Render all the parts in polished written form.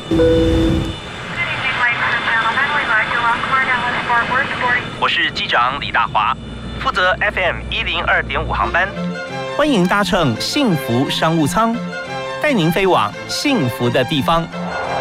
我是机长李大华，负责 FM102.5航班，欢迎搭乘幸福商务舱，带您飞往幸福的地方。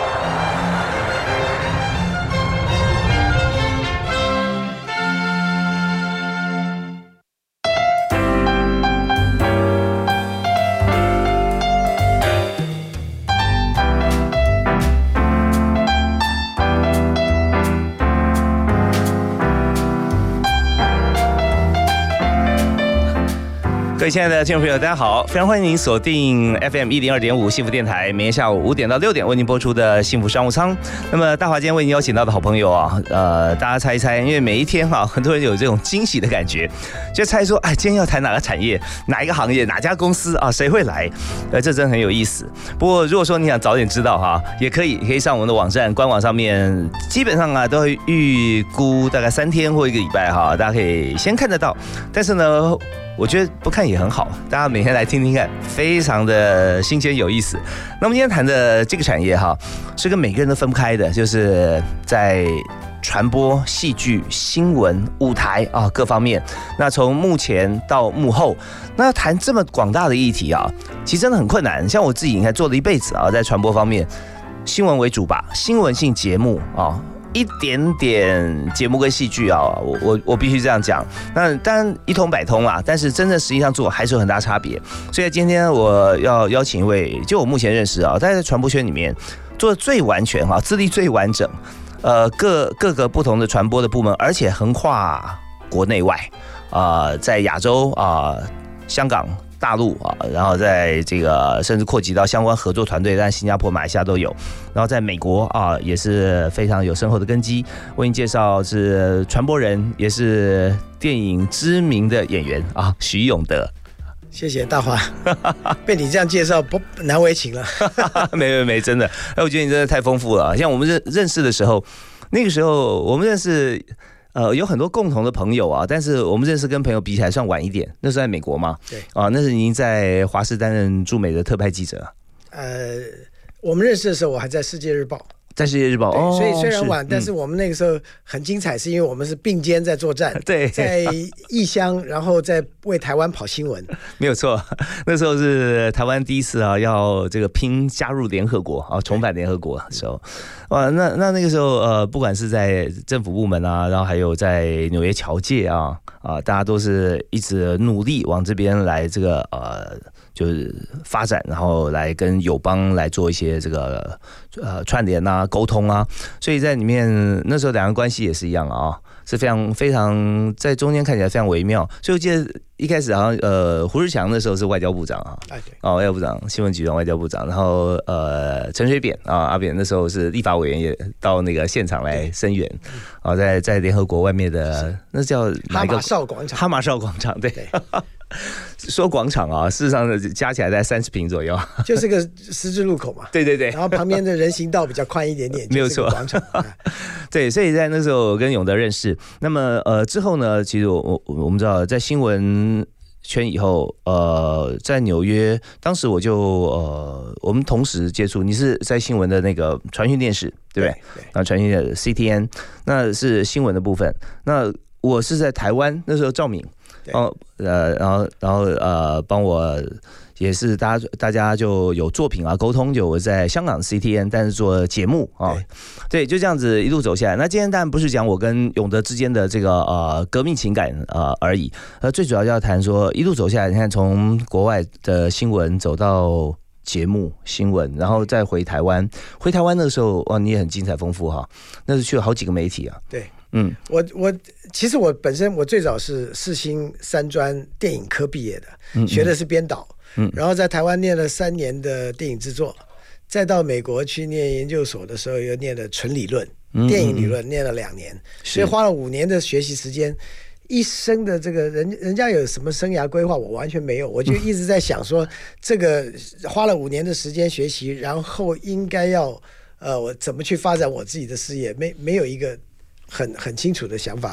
各位亲爱的听众朋友，大家好，非常欢迎您锁定 FM102.5 幸福电台，每天下午5点到6点为您播出的幸福商务舱。那么大华今天为您邀请到的好朋友啊，大家猜一猜，因为每一天哈，很多人有这种惊喜的感觉，就猜说，哎，今天要谈哪个产业、哪一个行业、哪家公司啊，谁会来？这真的很有意思。不过如果说你想早点知道哈，也可以上我们的网站官网上面，基本上啊都会预估大概3天或1个礼拜哈，大家可以先看得到。但是呢，我觉得不看也很好，大家每天来听听看，非常的新鲜有意思。那么今天谈的这个产业哈，是跟每个人都分不开的，就是在传播、戏剧、新闻、舞台啊各方面。那从幕前到幕后，那要谈这么广大的议题啊，其实真的很困难。像我自己，你看做了一辈子啊，在传播方面，新闻为主吧，新闻性节目啊。一点点节目跟戏剧啊，我必须这样讲。那当然一通百通啦，但是真正实际上做还是有很大差别。所以今天我要邀请一位，就我目前认识啊，在传播圈里面做的最完全哈，资历最完整，各个不同的传播的部门，而且横跨国内外在亚洲香港。大陆啊，然后在这个甚至扩及到相关合作团队，但新加坡、马来西亚都有。然后在美国啊，也是非常有深厚的根基。为您介绍是传播人，也是电影知名的演员啊，徐永德。 谢谢大华，被你这样介绍不难为情了。 没，真的。我觉得你真的太丰富了。像我们认识的时候，那个时候我们认识。有很多共同的朋友啊，但是我们认识跟朋友比起来算晚一点。那时候在美国嘛， 对那是您在华视担任驻美的特派记者。 我们认识的时候，我还在《世界日报》。 在《世界日报》 所以虽然晚，但是我们那个时候很精彩，是因为我们是并肩在作战， 对， 在异乡，然后在为台湾跑新闻。 没有错，那时候是台湾第一次啊，要这个拼加入联合国啊，重返联合国的时候，那个时候不管是在政府部门啊，然后还有在纽约侨界啊，大家都是一直努力往这边来这个就是发展，然后来跟友邦来做一些这个串联啊、沟通啊，所以在里面那时候两岸关系也是一样啊，是非常非常在中间看起来非常微妙。所以我记得一开始好像胡志强那时候是外交部长啊，外交部长、新闻局长、外交部长，然后陈水扁啊，阿扁那时候是立法委员，也到那个现场来声援啊，在联合国外面的那叫哪一个？ 哈马哨广场。 哈马哨广场，对。说广场啊，事实上加起来在30坪左右， 就是个十字路口嘛。对。然后旁边的人行道比较宽一点点， 没有错。 广场。 对，所以在那时候我跟永德认识。那么之后呢，其实我们知道，在新闻圈以后，在纽约，当时我就我们同时接触。你是在新闻的那个传讯电视，对不对？对。传讯的 CTN， 那是新闻的部分。那我是在台湾，那时候赵敏。然后帮我也是大家就有作品沟通，就我在香港 CTN， 但是做节目对，就这样子一路走下来。那今天当然不是讲我跟永德之间的这个革命情感而已，最主要要谈说一路走下来，你看从国外的新闻走到节目新闻，然后再回台湾。回台湾那个时候你也很精彩丰富哈，那是去了好几个媒体啊。 对。其实我本身最早是世新三专电影科毕业的，学的是编导，然后在台湾念了3年的电影制作，再到美国去念研究所的时候又念了纯理论，电影理论念了2年，所以花了5年的学习时间。一生的这个人家有什么生涯规划，我完全没有，我就一直在想说，这个花了5年的时间学习，然后应该要我怎么去发展我自己的事业，没有一个很清楚的想法。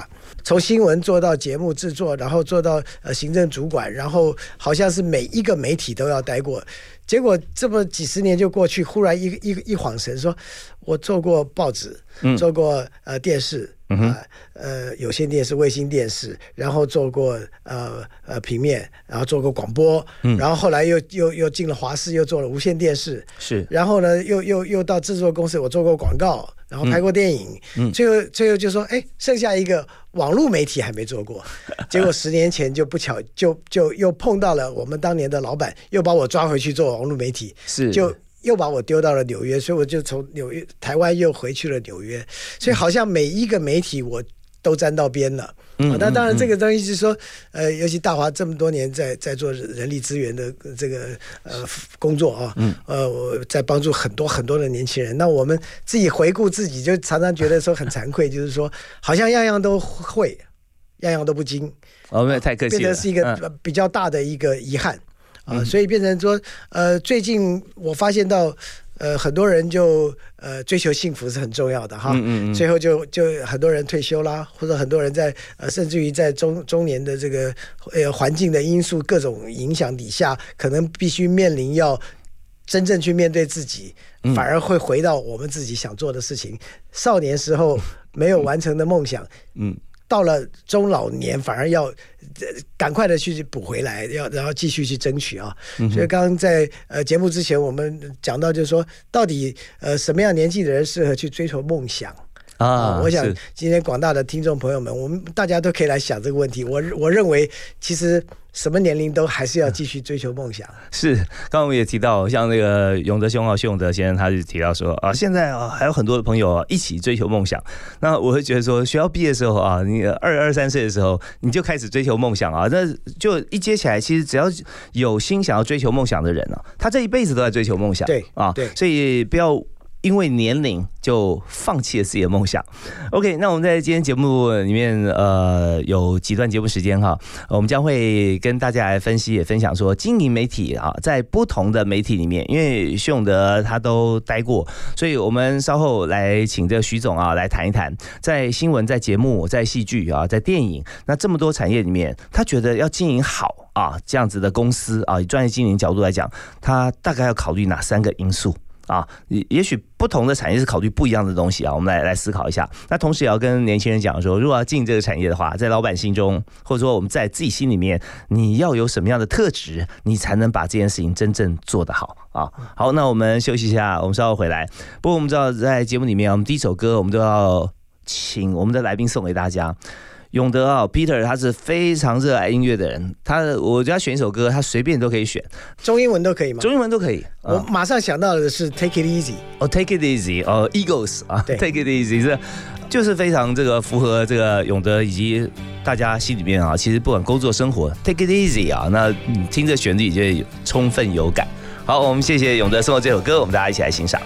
从新闻做到节目制作，然后做到行政主管，然后好像是每一个媒体都要待过。结果这么几十年就过去，忽然一晃神说，我做过报纸，做过电视，有线电视、卫星电视，然后做过平面，然后做过广播，然后后来又进了华视，又做了无线电视， 是， 然后呢又到制作公司，我做过广告，然后拍过电影，最后就说，哎，剩下一个网络媒体还没做过，结果10年前就不巧就又碰到了我们当年的老板，又把我抓回去做网络媒体， 是， 就又把我丢到了纽约，所以我就从台湾又回去了纽约，所以好像每一个媒体我都沾到边了。那当然这个东西是说，尤其大华这么多年在做人力资源的这个工作啊，我在帮助很多很多的年轻人。那我们自己回顾自己，就常常觉得说很惭愧，就是说好像样样都会，样样都不精。 太客气了， 变成是一个比较大的一个遗憾所以变成说，最近我发现到。很多人就追求幸福是很重要的哈，最后就很多人退休啦，或者很多人在甚至于在中年的这个环境的因素各种影响底下，可能必须面临要真正去面对自己，反而会回到我们自己想做的事情。少年时候没有完成的梦想，到了中老年反而要赶快的去补回来，然后继续去争取啊。所以刚刚在节目之前我们讲到，就是说到底什么样年纪的人适合去追求梦想啊？我想今天广大的听众朋友们，我们大家都可以来想这个问题。我认为其实什么年龄都还是要继续追求梦想。 是，刚刚我们也提到，像那个永德兄薛永德先生，他就提到说现在还有很多的朋友一起追求梦想。那我会觉得说，学校毕业的时候你23岁的时候，你就开始追求梦想那就一接起来，其实只要有心想要追求梦想的人他这一辈子都在追求梦想。 对对，所以不要因为年龄就放弃了自己的梦想。OK， 那我们在今天节目里面有几段节目时间我们将会跟大家来分析也分享说经营媒体在不同的媒体里面，因为薛永德他都待过，所以我们稍后来请这个徐总来谈一谈，在新闻、在节目、在戏剧在电影，那这么多产业里面，他觉得要经营好这样子的公司以专业经营角度来讲，他大概要考虑哪3个因素？也许不同的产业是考虑不一样的东西我们来思考一下。那同时也要跟年轻人讲说，如果要进这个产业的话，在老板心中，或者说我们在自己心里面，你要有什么样的特质，你才能把这件事情真正做得好好，那我们休息一下，我们稍后回来。不过我们知道在节目里面，我们第一首歌我们都要请我们的来宾送给大家。永德Peter 他是非常热爱音乐的人，我觉得他选一首歌，他随便都可以选， 中英文都可以吗？ 中英文都可以。 我马上想到的是 Take It Easy。Take It Easy Eagles Take It Easy 是就是非常这个符合这个永德以及大家心里面其实不管工作生活 Take It Easy 那你听着旋律就会充分有感。好，我们谢谢永德送的这首歌，我们大家一起来欣赏。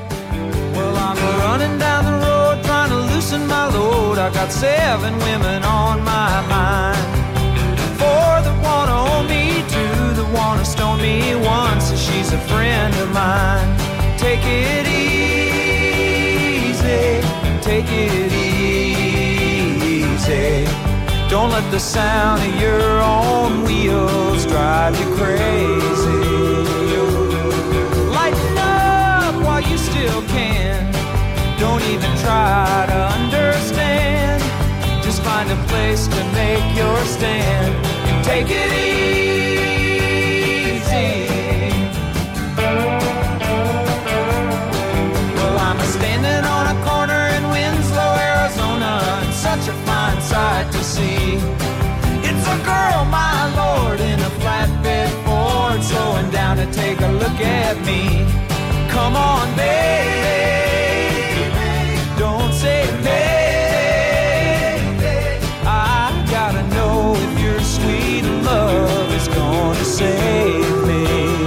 My load, I got 7 women on my mind. 4 that wanna own me, 2 that wanna stone me, 1 says she's a friend of mine. Take it easy, take it easy. Don't let the sound of your own wheels drive you crazy. Lighten up while you still can.Don't even try to understand. Just find a place to make your stand and take it easy. Well, I'm standing on a corner in Winslow, Arizona, and such a fine sight to see. It's a girl, my lord, in a flatbed Ford, slowing down to take a look at me. Come on, baby.Don't say baby, I gotta know if your sweet love is gonna save me.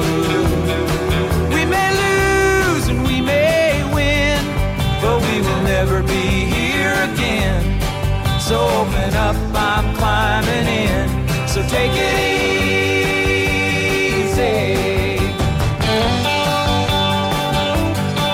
We may lose and we may win, but we will never be here again. So open up, I'm climbing in, so take it easy.Well,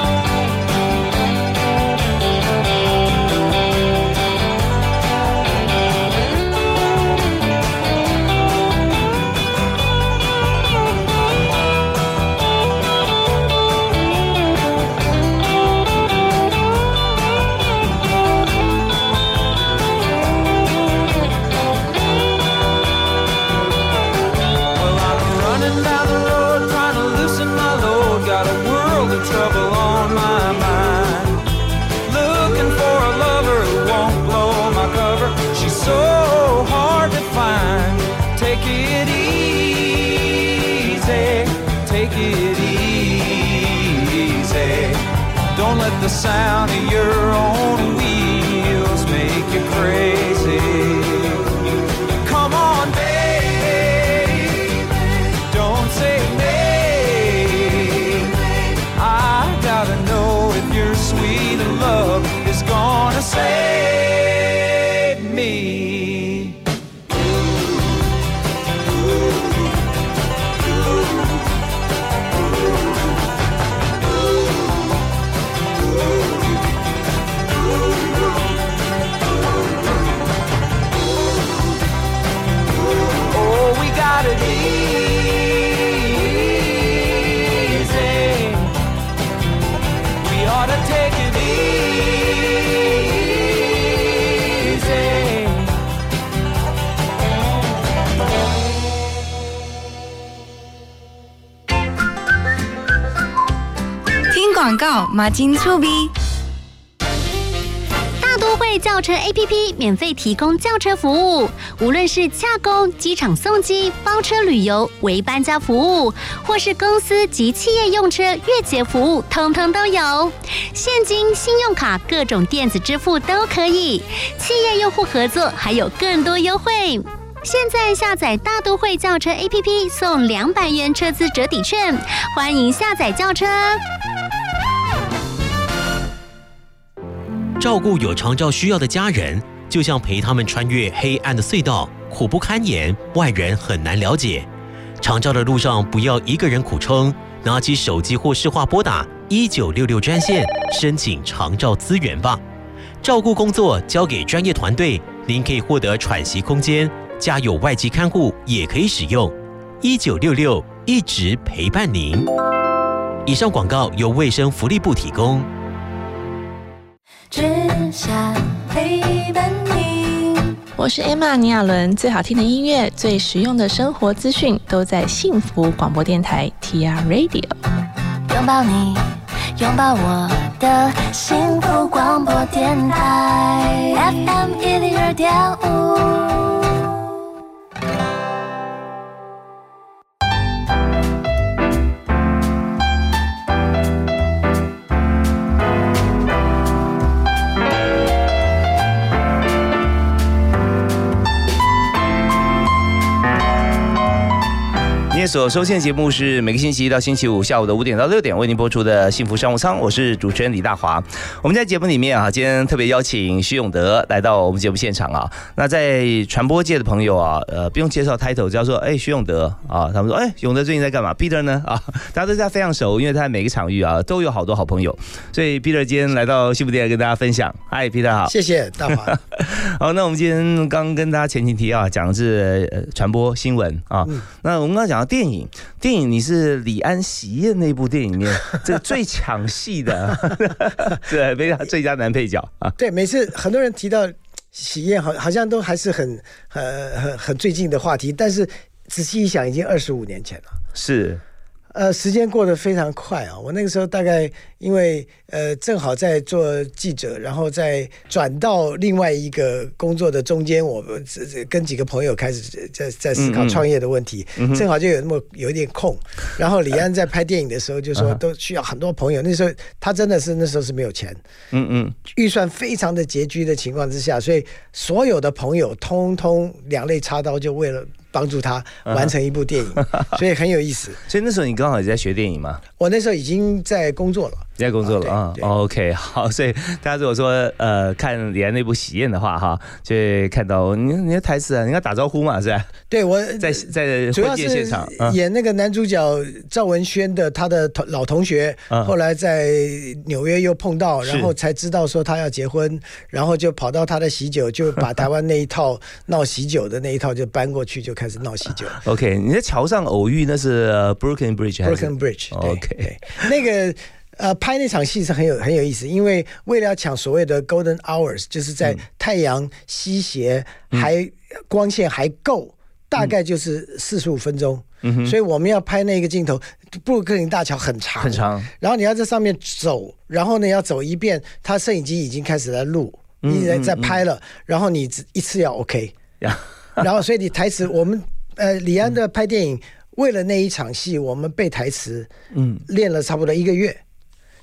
Don't let the sound of your own wheels make you crazy. Come on, baby, don't say nay. I gotta know if your sweet love is gonna save me. 广告马金粗逼。 大都会轿车 APP 免费提供轿车服务，无论是洽公、机场送机、包车旅游、为搬家服务，或是公司及企业用车月结服务，通通都有。现金、信用卡、各种电子支付都可以。企业用户合作还有更多优惠。现在下载大都会轿车 APP 送200元车资折抵券，欢迎下载轿车。 照顾有长照需要的家人，就像陪他们穿越黑暗的隧道，苦不堪言，外人很难了解。长照的路上，不要一个人苦撑，拿起手机或市话拨打1966专线，申请长照资源吧。照顾工作交给专业团队，您可以获得喘息空间，家有外籍看护也可以使用。1966一直陪伴您。以上广告由卫生福利部提供。 只想陪伴你。 我是 Emma 倪亚伦，最好听的音乐，最实用的生活资讯，都在幸福广播电台 TR Radio。 拥抱你，拥抱我的幸福广播电台 FM 102.5。 今天所收听的节目是每个星期一到星期五下午的5点到6点为您播出的幸福商务舱，我是主持人李大华。我们在节目里面啊，今天特别邀请徐永德来到我们节目现场啊。那在传播界的朋友啊，不用介绍 title， 只要说徐永德啊，他们说永德最近在干嘛 ？Peter 呢啊，大家都对他非常熟，因为他在每个场域啊都有好多好朋友，所以 Peter 今天来到幸福电台跟大家分享。嗨 ，Peter 好， 谢谢大华。 好，那我们今天刚跟大家前情提要讲的是传播新闻啊。那我们刚刚讲到电影你是李安喜宴那部电影里面这个最抢戏的，对，被他最佳男配角啊。 对，每次很多人提到喜宴，好像都还是很最近的话题，但是仔细一想，已经25年前了。 是。 时间过得非常快啊！我那个时候大概因为正好在做记者，然后再转到另外一个工作的中间，我跟几个朋友开始在思考创业的问题，正好就有一点空。然后李安在拍电影的时候就说都需要很多朋友，那时候他真的是那时候是没有钱，预算非常的拮据的情况之下，所以所有的朋友通通两肋插刀，就为了帮助他完成一部电影，所以很有意思。 所以那时候你刚好也在学电影吗？ 我那时候已经在工作了。 在工作了啊，OK， 好，所以大家如果说看李安那部《喜宴》的话哈，就会看到你的台词啊，你要打招呼嘛，是吧？ 对，我在婚宴现场演那个男主角赵文轩的他的老同学，后来在纽约又碰到，然后才知道说他要结婚，然后就跑到他的喜酒，就把台湾那一套闹喜酒的那一套就搬过去，就开始闹喜酒。 OK， 你在桥上偶遇那是 Brooklyn Bridge， Bridge， OK， 那个。拍那场戏是很有意思，因为为了要抢所谓的 Golden Hours， 就是在太阳西斜还光线还够，大概就是45分钟，所以我们要拍那个镜头，布鲁克林大桥很长，然后你要在上面走，然后呢要走一遍，他摄影机已经开始在录，一直在拍了，然后你一次要 OK， 然后所以你台词我们李安的拍电影，为了那一场戏，我们背台词，练了差不多1个月。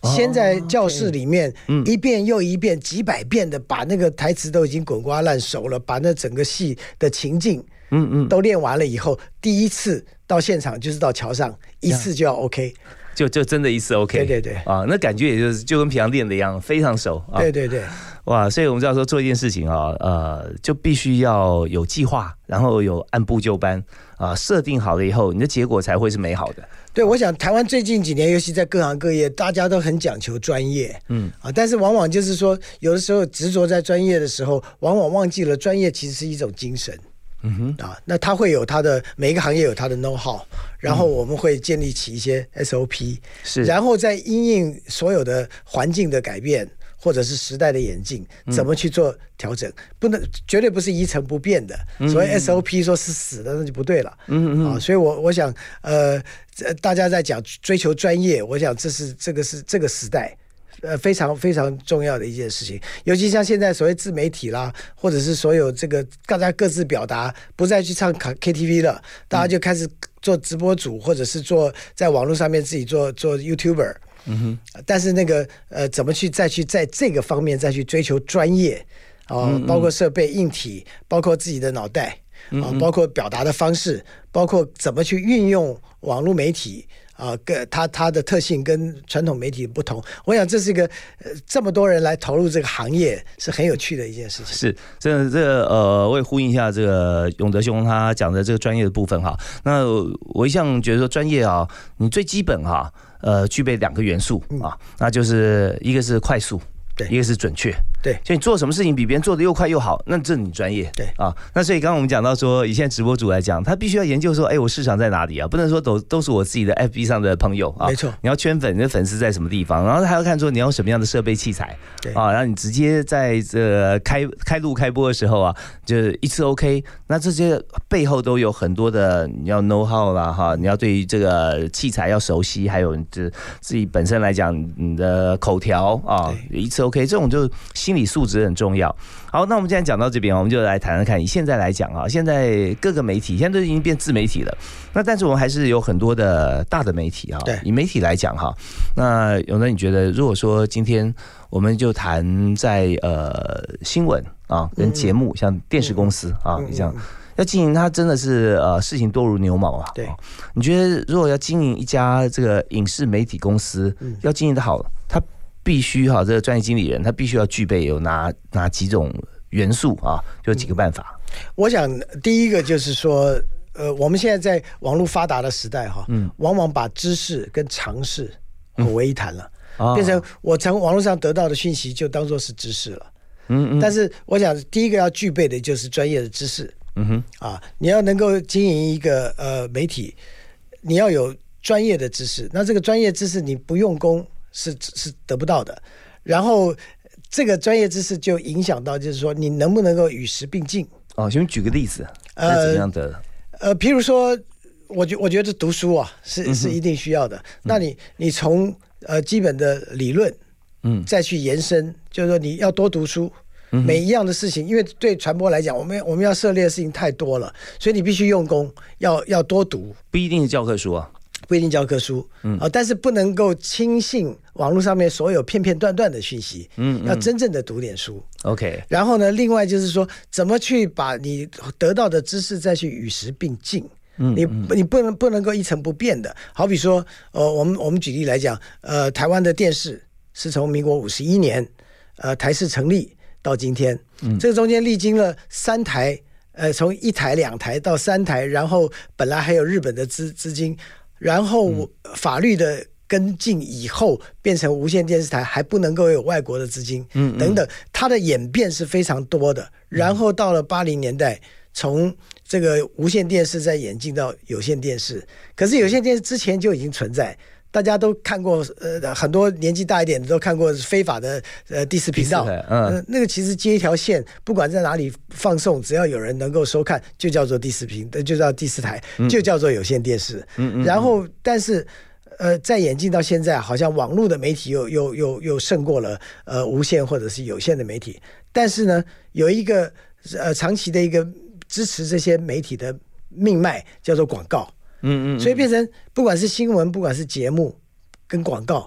先在教室里面一遍又一遍几百遍的把那个台词都已经滚瓜烂熟了，把那整个戏的情境都练完了以后，第一次到现场就是到桥上一次就要 OK， 就真的一次 OK， 对啊，那感觉也就跟平常练的一样，非常熟啊。 对， 哇，所以我们知道说做一件事情啊，就必须要有计划，然后有按部就班啊，设定好了以后，你的结果才会是美好的。 对，我想台湾最近几年，尤其在各行各业，大家都很讲求专业，但是往往就是说，有的时候执着在专业的时候，往往忘记了专业其实是一种精神。那他会有他的每一个行业有他的 know how， 然后我们会建立起一些 SOP， 然后再因应所有的环境的改变或者是时代的演进，怎么去做调整，绝对不是一成不变的。所以 SOP 说是死的，那就不对了。所以我想大家在讲追求专业，我想这个时代。非常非常重要的一件事情，尤其像现在所谓自媒体啦，或者是所有这个大家各自表达，不再去唱 KTV 了，大家就开始做直播主，或者是在网络上面自己做 YouTuber。但是那个怎么去再去在这个方面再去追求专业包括设备硬体，包括自己的脑袋包括表达的方式，包括怎么去运用网络媒体。它的特性跟传统媒体不同，我想这是一个这么多人来投入这个行业是很有趣的一件事情。 是，这个我也呼应一下这个永德兄他讲的这个专业的部分哈。那我一向觉得说专业啊，你最基本哈，具备2个元素啊，那就是一个是快速， 对， 一个是准确。 对， 所以你做什么事情比别人做的又快又好，那这是你专业。 对啊，那所以刚刚我们讲到说，以现在直播主来讲，他必须要研究说，我市场在哪里啊？不能说都是我自己的 FB 上的朋友啊。 没错， 你要圈粉，你的粉丝在什么地方，然后还要看说你要用什么样的设备器材。 对啊，然后你直接在开录开播的时候啊，就是一次 OK。那这些背后都有很多的你要 know how 啦哈，你要对于这个器材要熟悉，还有你自己本身来讲你的口条啊，一次 OK， 这种就心理素质很重要。好，那我们现在讲到这边，我们就来谈谈看，以现在来讲啊，现在各个媒体现在都已经变自媒体了，那但是我们还是有很多的大的媒体啊。 对， 以媒体来讲哈，那永德你觉得，如果说今天我们就谈在新闻啊跟节目，像电视公司啊，你像要经营它真的是事情多如牛毛啊。 对， 你觉得如果要经营一家这个影视媒体公司，要经营的好，它必须这个专业经理人他必须要具备有哪几种元素啊？就几个办法。 我想第一个就是说，我们现在在网络发达的时代往往把知识跟常识混为一谈了，变成我从网络上得到的讯息就当作是知识了。但是我想第一个要具备的就是专业的知识。你要能够经营一个媒体，你要有专业的知识。那这个专业知识你不用功是得不到的。然后这个专业知识就影响到，就是说你能不能够与时并进。 请举个例子，怎么样的？ 譬如说，我觉得读书啊是一定需要的。那你从基本的理论，再去延伸，就是说你要多读书。每一样的事情，因为对传播来讲，我们要涉猎的事情太多了，所以你必须用功，要多读。 不一定是教科书啊， 不一定教科书，但是不能够轻信网络上面所有片片段段的讯息，要真正的读点书。 OK， 然后呢，另外就是说，怎么去把你得到的知识再去与时并进。你不能够一成不变的。好比说，我们举例来讲，台湾的电视是从民国51年，台视成立到今天，这个中间历经了3台，从1台2台到3台，然后本来还有日本的资金，然后法律的跟进以后变成无线电视台，还不能够有外国的资金，等等，它的演变是非常多的。然后到了80年代，从这个无线电视再演进到有线电视，可是有线电视之前就已经存在。大家都看过，很多年纪大一点的都看过非法的第四频道，那个其实接一条线，不管在哪里放送，只要有人能够收看，就叫做第四频，就叫第四台，就叫做有线电视。然后，但是再演进到现在，好像网络的媒体又胜过了无线或者是有线的媒体。但是呢，有一个长期的一个支持这些媒体的命脉，叫做广告。所以变成不管是新闻，不管是节目跟广告，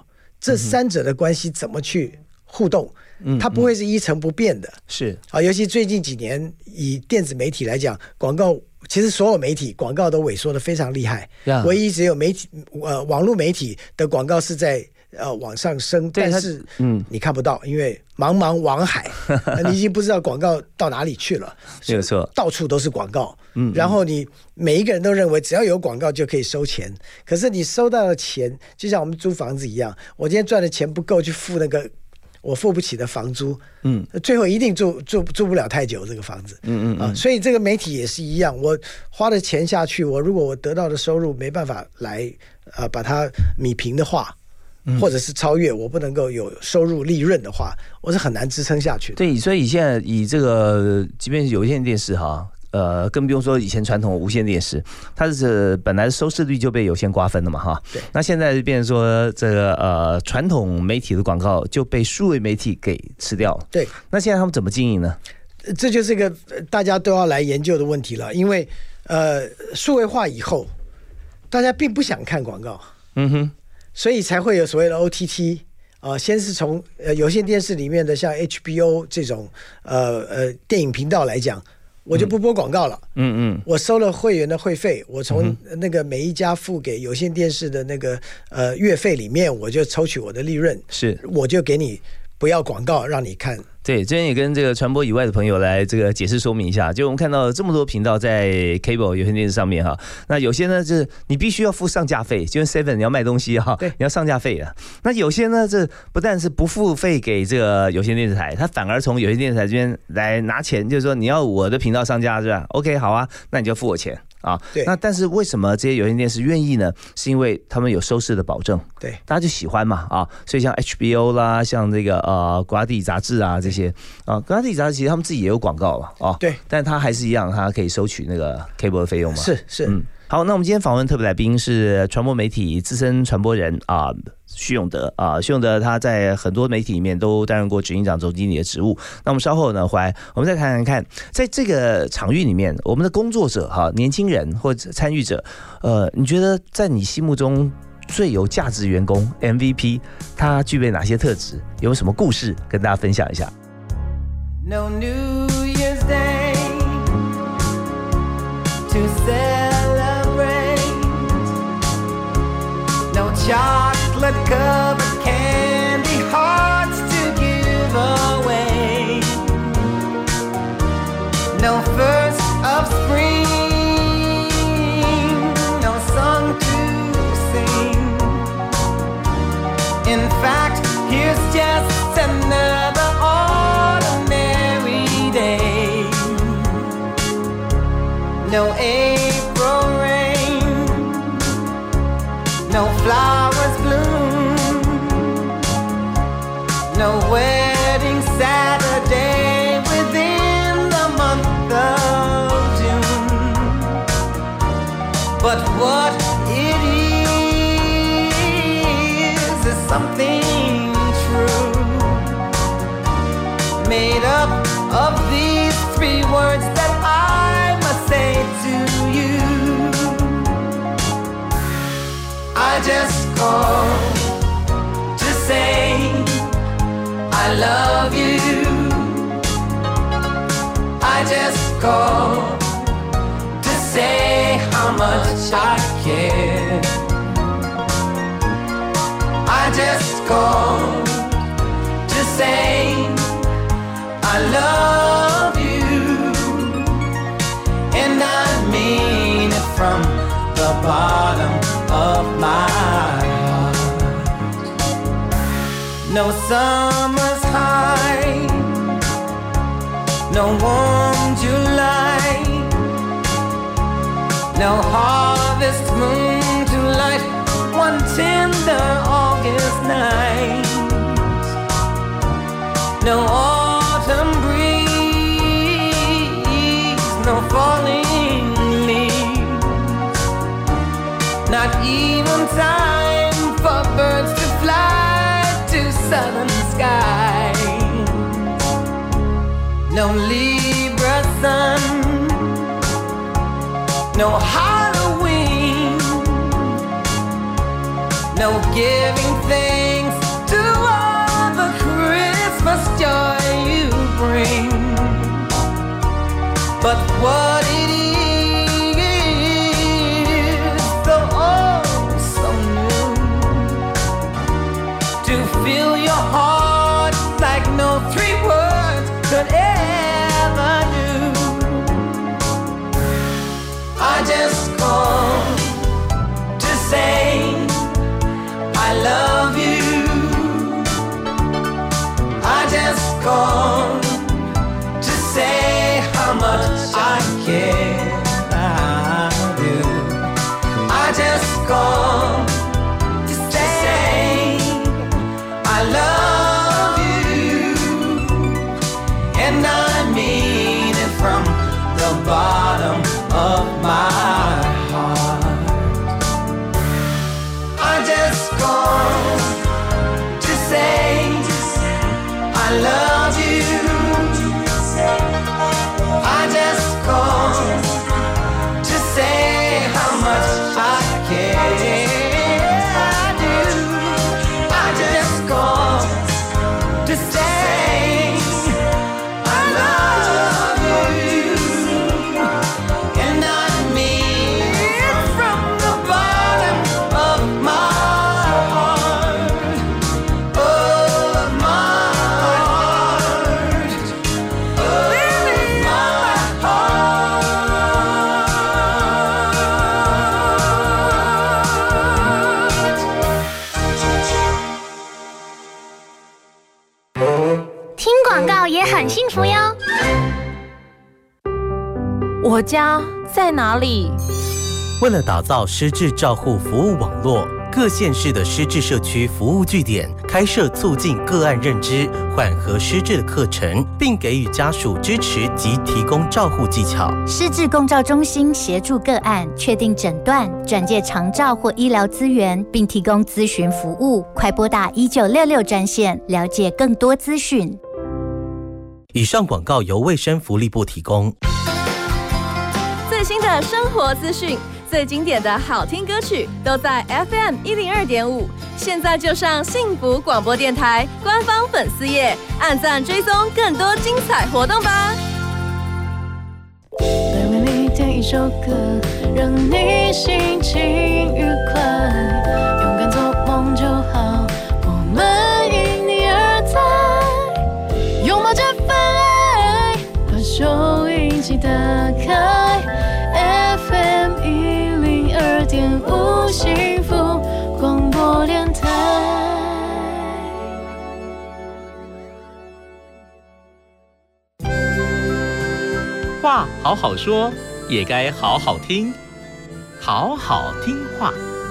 这三者的关系怎么去互动？它不会是一成不变的。 是啊，尤其最近几年以电子媒体来讲，广告其实所有媒体广告都萎缩的非常厉害，唯一只有网络媒体的广告是在往上升，但是你看不到，因为茫茫网海，你已经不知道广告到哪里去了， 没有错， 到处都是广告。然后你每一个人都认为只要有广告就可以收钱，可是你收到的钱就像我们租房子一样，我今天赚的钱不够去付那个我付不起的房租，最后一定住不了太久这个房子，所以这个媒体也是一样，我花的钱下去，如果我得到的收入没办法来把它弭平的话，或者是超越，我不能够有收入利润的话，我是很难支撑下去的。 对，所以现在以这个，即便是有线电视哈。更不用说以前传统无线电视，它是本来收视率就被有线瓜分了嘛，哈。 对。 那现在就变成说，这个传统媒体的广告就被数位媒体给吃掉了。 对。那现在他们怎么经营呢？ 这就是一个大家都要来研究的问题了，因为数位化以后，大家并不想看广告，所以才会有所谓的 OTT。先是从有线电视里面的像 HBO 这种电影频道来讲。我就不播广告了，我收了会员的会费，我从那个每一家付给有线电视的那个月费里面，我就抽取我的利润， 是， 我就给你不要广告让你看。 对，这边也跟这个传播以外的朋友来这个解释说明一下，就我们看到这么多频道在 cable 有线电视上面哈，那有些呢就是你必须要付上架费，就跟 Seven 你要卖东西哈， 对， 你要上架费啊。那有些呢，这不但是不付费给这个有线电视台，他反而从有线电视台这边来拿钱，就是说你要我的频道上架是吧 ？OK， 好啊，那你就付我钱。 对， 那但是为什么这些有线电视愿意呢？是因为他们有收视的保证， 对， 大家就喜欢嘛所以像 HBO 啦，像这个国家地理杂志啊这些国家地理杂志其实他们自己也有广告了对， 但他还是一样，他可以收取那个 cable 的费用嘛， 是。 好，那我们今天访问特别来宾是传播媒体资深传播人徐永德徐永德他在很多媒体里面都担任过执行长、总经理的职务。那我们稍后呢回来，我们再谈谈看，在这个场域里面，我们的工作者年轻人或者参与者，你觉得在你心目中最有价值员工 MVP 他具备哪些特质？有什么故事跟大家分享一下 No New Year's Day to celebrate, no chocolate covered candy hearts to give away, no first of spring, no song to sing. In fact, here's just another ordinary day. No April rain, no flowers bloom, no wedding Saturday within the month of June. But what it is something true, made up of these three words that I must say to you. I just called to say I love you. I just called to say how much I care. I just called to say I love you, and I mean it from the bottom of my heart. No summer's high, no warm July, no harvest moon to light one tender August night, no autumn breeze, no falling leaves, not even time for birds to fly to southern skies, no Libra sun, no Halloween, no giving thanks but what it is, the oh so new, to fill your heart like no 3 words could ever do. I just called to say I love you. I just called to say how much I care. I do. I just called to say I love you, and I mean it from the bottom of my heart. I just called to say I love you. I just called to say how much I care. I do. I just called to say I love you, and I mean it from the bottom of my heart, of my heart, of my heart. 听广告也很幸福哟。 我家在哪里？ 为了打造失智照护服务网络，各县市的失智社区服务据点开设促进个案认知、缓和失智的课程，并给予家属支持及提供照护技巧。 失智共照中心协助个案确定诊断、转介长照或医疗资源，并提供咨询服务。快拨打1966专线，了解更多资讯。 以上广告由卫生福利部提供。 最新的生活资讯，最经典的好听歌曲，都在 FM 102.5。现在就上幸福广播电台官方粉丝页，按赞追踪更多精彩活动吧。 来为你点一首歌，让你心情愉快，勇敢做梦就好，我们因你而在，拥抱这份爱，把收音机打开 FM 102.5幸福广播电台。 话好好说，也该好好听，好好听话。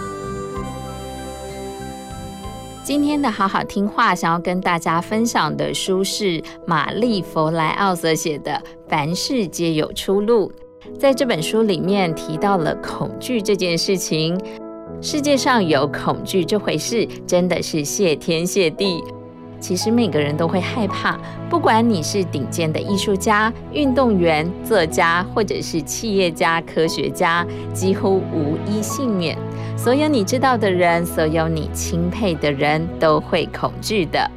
今天的好好听话，想要跟大家分享的书是玛丽·弗莱奥所写的《凡事皆有出路》。在这本书里面提到了恐惧这件事情，世界上有恐惧这回事，真的是谢天谢地。其实每个人都会害怕，不管你是顶尖的艺术家、运动员、作家，或者是企业家、科学家，几乎无一幸免。所有你知道的人，所有你钦佩的人，都会恐惧的。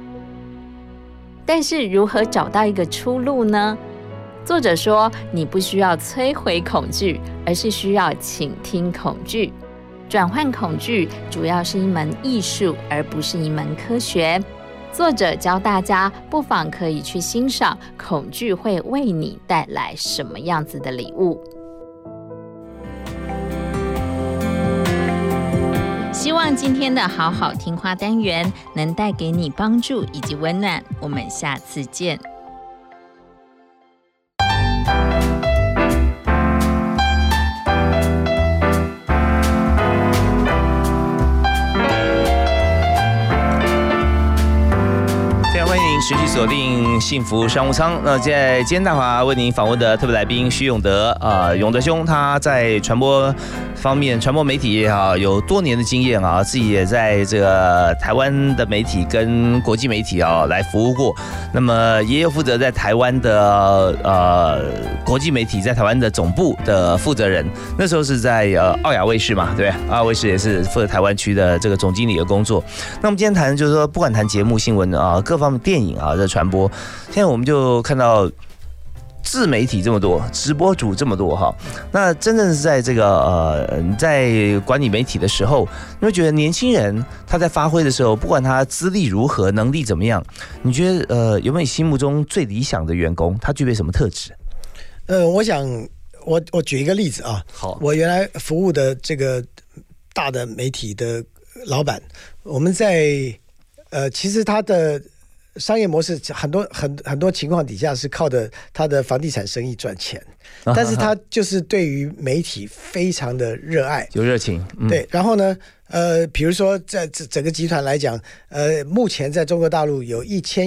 但是如何找到一个出路呢？作者说，你不需要摧毁恐惧，而是需要倾听恐惧。转换恐惧主要是一门艺术，而不是一门科学。作者教大家，不妨可以去欣赏恐惧会为你带来什么样子的礼物。希望今天的好好听话单元能带给你帮助以及温暖。我们下次见。 持续锁定幸福商务舱。那在今天大华为您访问的特别来宾徐永德永德兄，他在传播方面，传播媒体也好，有多年的经验啊，自己也在这个台湾的媒体跟国际媒体啊来服务过。那么也有负责在台湾的国际媒体在台湾的总部的负责人，那时候是在澳亚卫视嘛，对，澳亚卫视也是负责台湾区的这个总经理的工作。那我们今天谈就是说，不管谈节目、新闻啊，各方面电影啊的传播，现在我们就看到自媒体这么多，直播主这么多哈，那真正是在这个在管理媒体的时候，你会觉得年轻人他在发挥的时候，不管他资历如何，能力怎么样，你觉得有没有你心目中最理想的员工，他具备什么特质？ 我想我举一个例子啊， 好， 我原来服务的这个大的媒体的老板，我们在其实他的商业模式很多情况底下是靠的他的房地产生意赚钱，但是他就是对于媒体非常的热爱， 有热情， 对。然后呢，比如说在整个集团来讲，目前在中国大陆有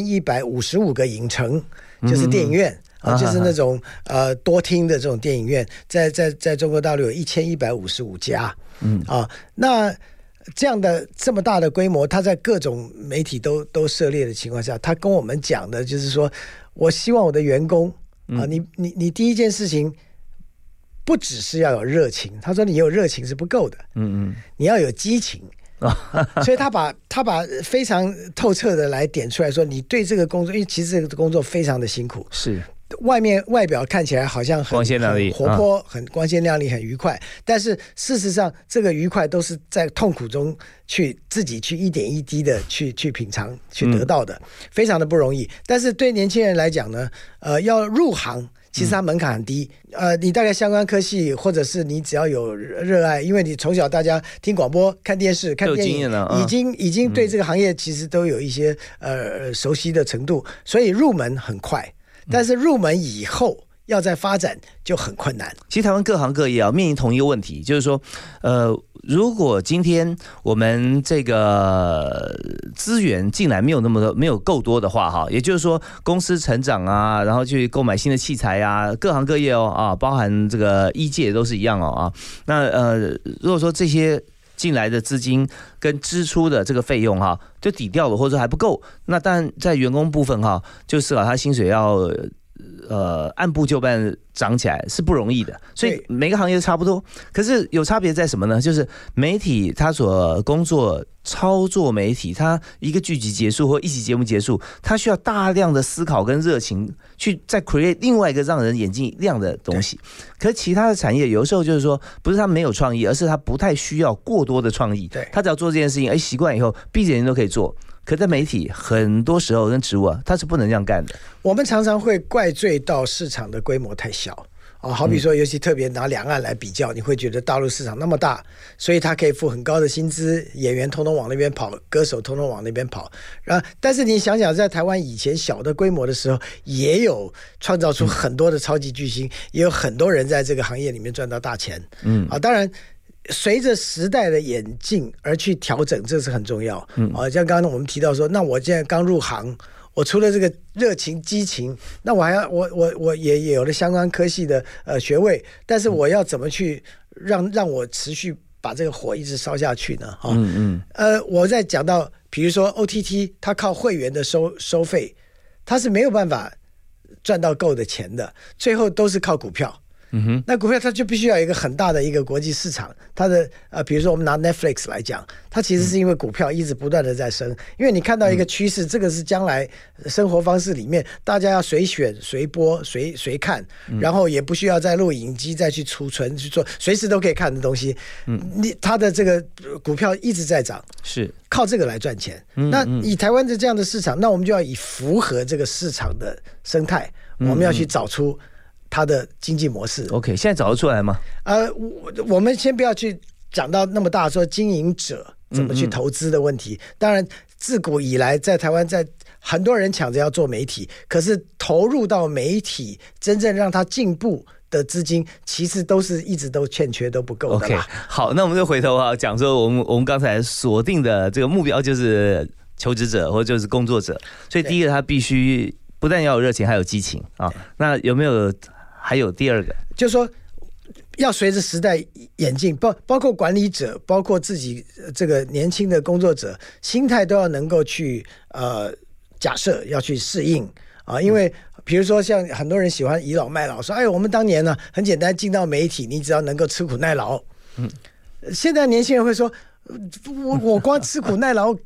1155个影城，就是电影院。就是那种多厅的这种电影院，在中国大陆有1155家，那这样的这么大的规模，他在各种媒体都涉猎的情况下，他跟我们讲的就是说，我希望我的员工你第一件事情不只是要有热情，他说你有热情是不够的，你要有激情。所以他把非常透彻的来点出来说，你对这个工作，因为其实这个工作非常的辛苦，是外表看起来好像很光鲜亮丽、 很活泼、很光鲜亮丽、很愉快，但是事实上这个愉快都是在痛苦中自己去一点一滴的去品尝、去得到的，非常的不容易。但是对年轻人来讲呢，要入行。其实它门槛很低，你大概相关科系，或者是你只要有热爱，因为你从小大家听广播、看电视、看电影，已经对这个行业其实都有一些熟悉的程度，所以入门很快。但是入门以后要再发展就很困难。 其实台湾各行各业啊面临同一个问题，就是说，如果今天我们这个资源进来没有够多的话，哈，也就是说公司成长啊，然后去购买新的器材啊，各行各业包含这个医界都是一样那如果说这些进来的资金跟支出的这个费用就抵掉了，或者说还不够，那当然在员工部分就是他薪水要按部就班涨起来是不容易的，所以每个行业都差不多。可是有差别在什么呢？就是媒体他所工作操作媒体，他一个剧集结束或一集节目结束，他需要大量的思考跟热情去再 create 另外一个让人眼睛亮的东西。可是其他的产业有的时候就是说，不是他没有创意，而是他不太需要过多的创意。他只要做这件事情，习惯以后闭着眼睛都可以做。可在媒体很多时候跟职务它是不能这样干的。 我们常常会怪罪到市场的规模太小好比说尤其特别拿两岸来比较，你会觉得大陆市场那么大，所以他可以付很高的薪资，演员通通往那边跑，歌手通通往那边跑。但是你想想，在台湾以前小的规模的时候，也有创造出很多的超级巨星，也有很多人在这个行业里面赚到大钱。当然随着时代的演进而去调整，这是很重要。像刚刚我们提到说，那我现在刚入行，我除了这个热情激情，那我还要我也有了相关科系的学位，但是我要怎么去让我持续把这个火一直烧下去呢？我在讲到比如说 OTT， 它靠会员的收费，它是没有办法赚到够的钱的，最后都是靠股票。那股票它就必须要有一个很大的一个国际市场，它的比如说我们拿 Netflix 来讲，它其实是因为股票一直不断的在升，因为你看到一个趋势，这个是将来生活方式里面大家要随选随播随看，然后也不需要再录影机再去储存去做，随时都可以看的东西，它的这个股票一直在涨，是靠这个来赚钱。那以台湾的这样的市场，那我们就要以符合这个市场的生态，我们要去找出它的经济模式。 OK， 现在找得出来吗？ 我们先不要去讲到那么大说经营者怎么去投资的问题。当然自古以来在台湾，在很多人抢着要做媒体，可是投入到媒体真正让它进步的资金，其实都是一直都欠缺，都不够的啦。 OK， 好，那我们就回头讲说我们刚才锁定的这个目标就是求职者或者就是工作者，所以第一个他必须不但要有热情，还有激情那有没有还有第二个？ 就是说要随着时代演进，包括管理者，包括自己这个年轻的工作者，心态都要能够去假设要去适应因为比如说像很多人喜欢倚老卖老，说我们当年呢很简单，进到媒体你只要能够吃苦耐劳。现在年轻人会说我光吃苦耐劳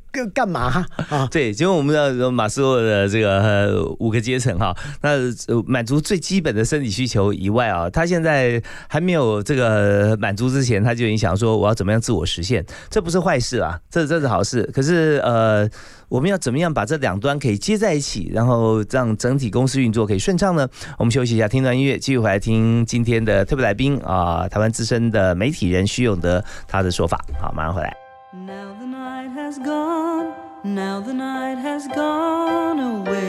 干嘛啊？ 对，结果我们的马斯洛的这个5个阶层哈，那满足最基本的生理需求以外啊，他现在还没有这个满足之前，他就已经想说我要怎么样自我实现，这不是坏事啊，这是好事。可是我们要怎么样把这两端可以接在一起，然后让整体公司运作可以顺畅呢？我们休息一下，听段音乐，继续回来听今天的特别来宾台湾资深的媒体人徐永德他的说法。好，马上回来。 Now the night has gone, now the night has gone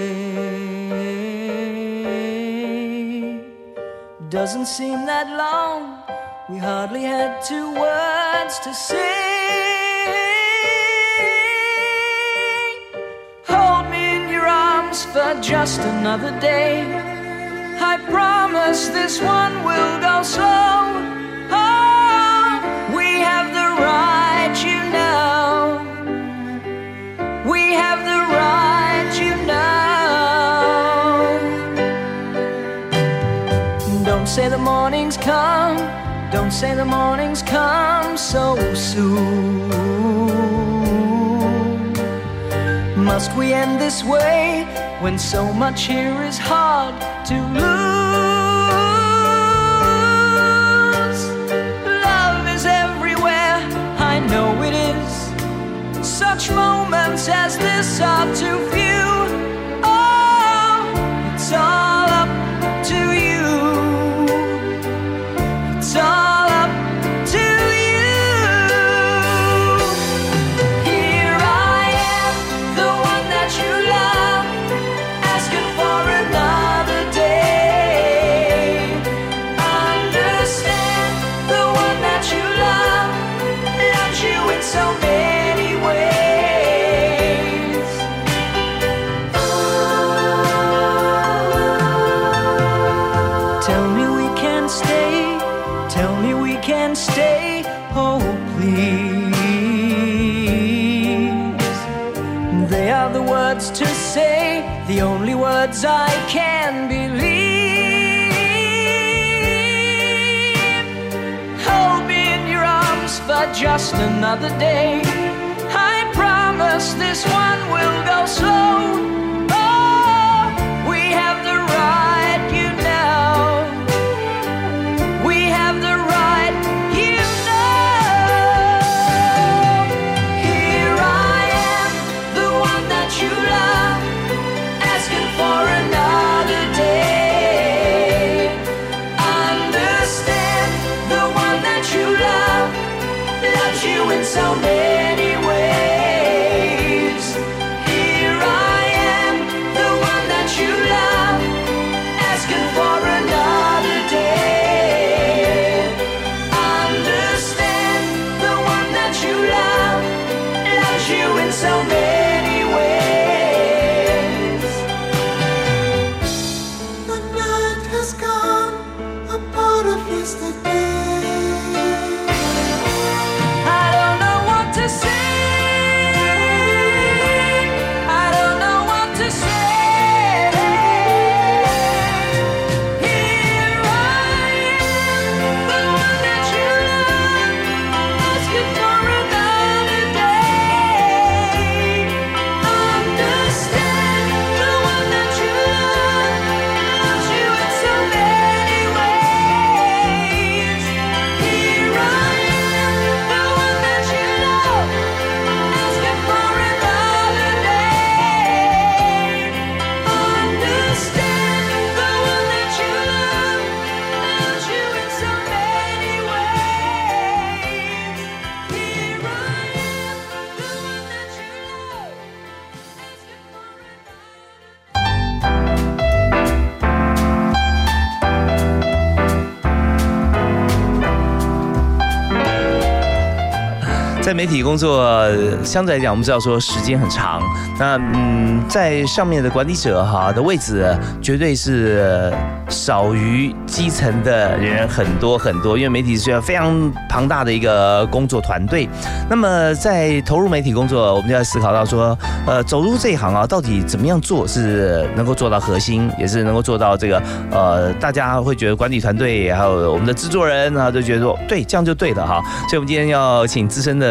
away. Doesn't seem that long, we hardly had 2 words to say. Hold me in your arms for just another day. I promise this one will go slow. Oh, we have the right, you know. We have the right, you know. Don't say the morning's come, don't say the morning's come so soon. Must we end this way when so much here is hard to lose? Love is everywhere, I know it is. Such moments as this are too few. Oh, it's all up to you. It's all up to you. Here I am, the one that you love, asking for another day. Understand, the one that you love loves you in so many ways. Tell me we can stay, tell me we can stay, oh please. They are the words to say, the only words I can believe. Hold me in your arms for just another day. I promise this one will go slow. Oh, we have the right, you know. We have the right, you know. Here I am, the one that you love, asking for another day. Understand, the one that you love loves you in so many ways. Here I am, the one that you love, asking for another day. Understand, the one that you love loves you in so many ways. The night has gone, a part of yesterday. I don't know what to say. I don't know what to say. Here I am, the one that you love, asking for another day. Understand, the one that you love loves you in so many ways. Here I am, the one that you love, asking for another day. Understand, the one that you love loves you in so many ways. Here I am, the one that you love, asking for another day. 在媒体工作，相对来讲，我们知道说时间很长。那在上面的管理者的位置，绝对是少于基层的人很多很多。因为媒体是非常庞大的一个工作团队。那么在投入媒体工作，我们就要思考到说，走入这一行到底怎么样做是能够做到核心，也是能够做到这个大家会觉得管理团队还有我们的制作人都觉得说对，这样就对了哈。所以我们今天要请资深的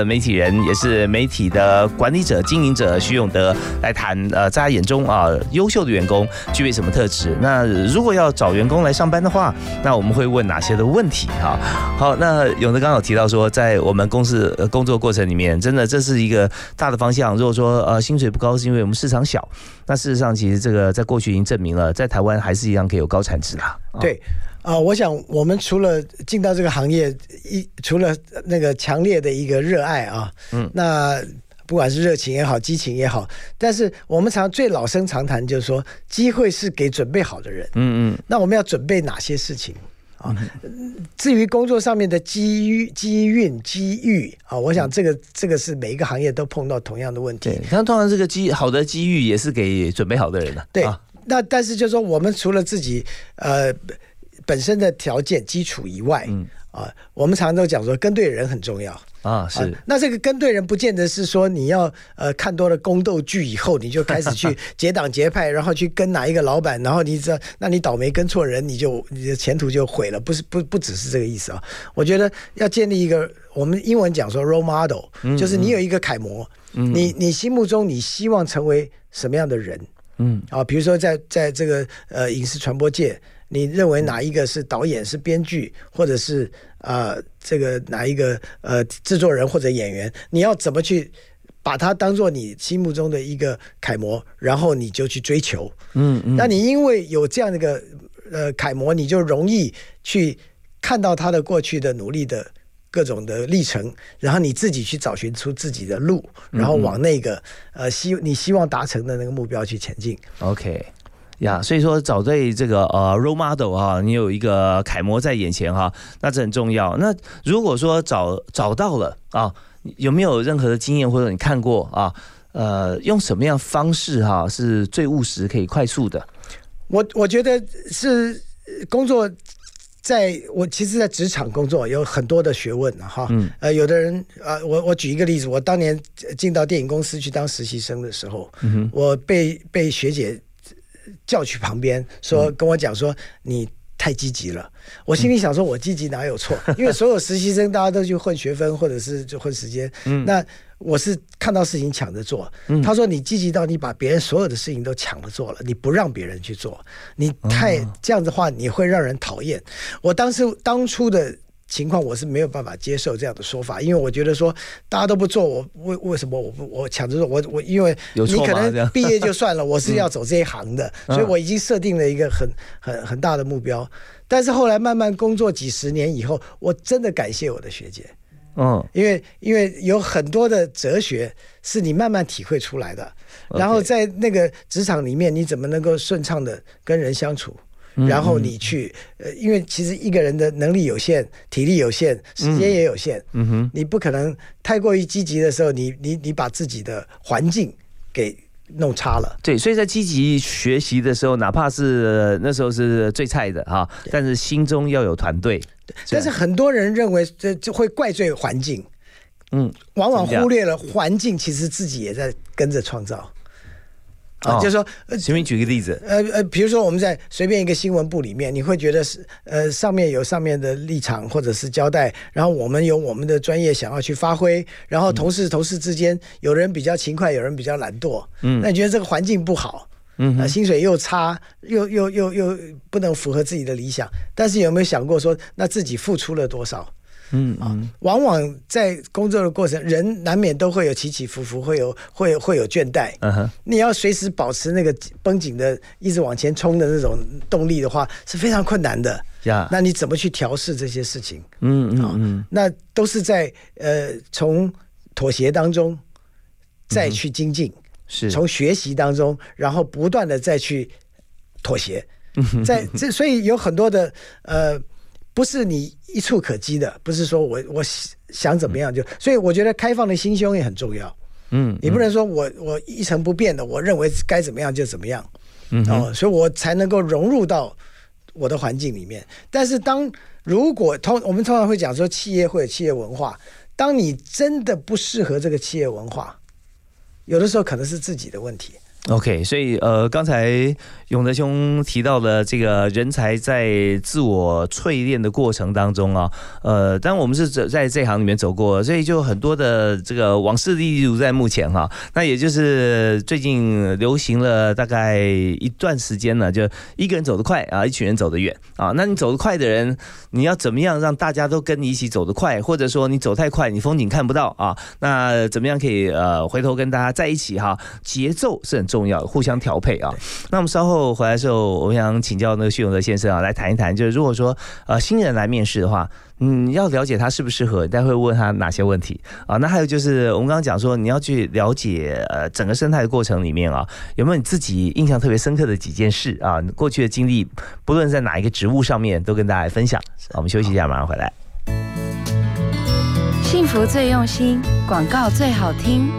媒体人，也是媒体的管理者、经营者徐永德来谈在他眼中优秀的员工具备什么特质？那如果要找员工来上班的话，那我们会问哪些的问题？好，那永德刚好提到说，在我们公司工作过程里面，真的这是一个大的方向。如果说薪水不高是因为我们市场小，那事实上其实这个在过去已经证明了，在台湾还是一样可以有高产值啦。 对。我想我们除了进到这个行业，除了那个强烈的一个热爱啊，那不管是热情也好，激情也好，但是我们最老生常谈就是说，机会是给准备好的人。那我们要准备哪些事情啊？至于工作上面的机遇啊，我想这个是每一个行业都碰到同样的问题。 但通常这个好的机遇也是给准备好的人的。 对，那但是就是说，我们除了自己本身的条件基础以外，我们常常都讲说跟对人很重要是。 那这个跟对人不见得是说你要看多了宫斗剧以后你就开始去结党结派，然后去跟哪一个老板，然后你知道，那你倒霉跟错人，你的前途就毁了，不只是这个意思啊。我觉得要建立一个，我们英文讲说 role model，就是你有一个楷模，你心目中你希望成为什么样的人？比如说在这个影视传播界，你认为哪一个是导演、是编剧，或者是这个哪一个制作人或者演员，你要怎么去把它当做你心目中的一个楷模，然后你就去追求。那你因为有这样的一个楷模，你就容易去看到他的过去的努力的各种的历程，然后你自己去找寻出自己的路，然后往那个你希望达成的那个目标去前进。 OK。所以说找对这个role model 你有一个楷模在眼前那这很重要。那如果说找到了有没有任何的经验或者你看过用什么样方式是最务实可以快速的？ 我觉得是工作。我其实在职场工作有很多的学问有的人我举一个例子，我当年进到电影公司去当实习生的时候，我被学姐叫去旁边跟我讲说你太积极了。我心里想说我积极哪有错，因为所有实习生大家都去混学分或者是就混时间，那我是看到事情抢着做。他说你积极到你把别人所有的事情都抢着做了，你不让别人去做，你这样的话你会让人讨厌。我当初的情况我是没有办法接受这样的说法，因为我觉得说大家都不做，为什么我抢着做？我因为你可能毕业就算了，我是要走这一行的，所以我已经设定了一个很大的目标。但是后来慢慢工作几十年以后，我真的感谢我的学姐，因为有很多的哲学是你慢慢体会出来的，然后在那个职场里面，你怎么能够顺畅的跟人相处？然后你去因为其实一个人的能力有限，体力有限，时间也有限，你不可能太过于积极的时候，你把自己的环境给弄差了。 对，所以在积极学习的时候，哪怕是那时候是最菜的但是心中要有团队。 但是很多人认为这就会怪罪环境，往往忽略了环境其实自己也在跟着创造。就是说， 请你举个例子。 比如说我们在随便一个新闻部里面，你会觉得是上面有上面的立场或者是交代，然后我们有我们的专业想要去发挥，然后同事之间有人比较勤快，有人比较懒惰，那你觉得这个环境不好，薪水又差，又不能符合自己的理想，但是有没有想过说，那自己付出了多少？往往在工作的过程，人难免都会有起起伏伏，会有倦怠。你要随时保持那个绷紧的，一直往前冲的那种动力的话，是非常困难的。那你怎么去调试这些事情？那都是在从妥协当中再去精进，从学习当中，然后不断的再去妥协。所以有很多的不是你一触可及的，不是说我想怎么样就，所以我觉得开放的心胸也很重要。你不能说我一成不变的，我认为该怎么样就怎么样，所以我才能够融入到我的环境里面。但是如果我们通常会讲说企业会有企业文化，当你真的不适合这个企业文化，有的时候可能是自己的问题， OK， 所以刚才永德兄提到的这个人才在自我淬炼的过程当中啊，当然我们是在这行里面走过，所以就很多的这个往事历如在目前哈。那也就是最近流行了大概一段时间呢，就一个人走得快啊，一群人走得远啊。那你走得快的人，你要怎么样让大家都跟你一起走得快，或者说你走太快，你风景看不到啊？那怎么样可以回头跟大家在一起哈？节奏是很重要的，互相调配啊。那我们稍后回来的时候，我想请教那个徐永德先生啊，来谈一谈，就是如果说新人来面试的话，要了解他适不适合，待会问他哪些问题啊？那还有就是我们刚刚讲说，你要去了解整个生态的过程里面啊，有没有你自己印象特别深刻的几件事啊？过去的经历，不论在哪一个职务上面，都跟大家来分享。我们休息一下，马上回来。 幸福最用心，广告最好听。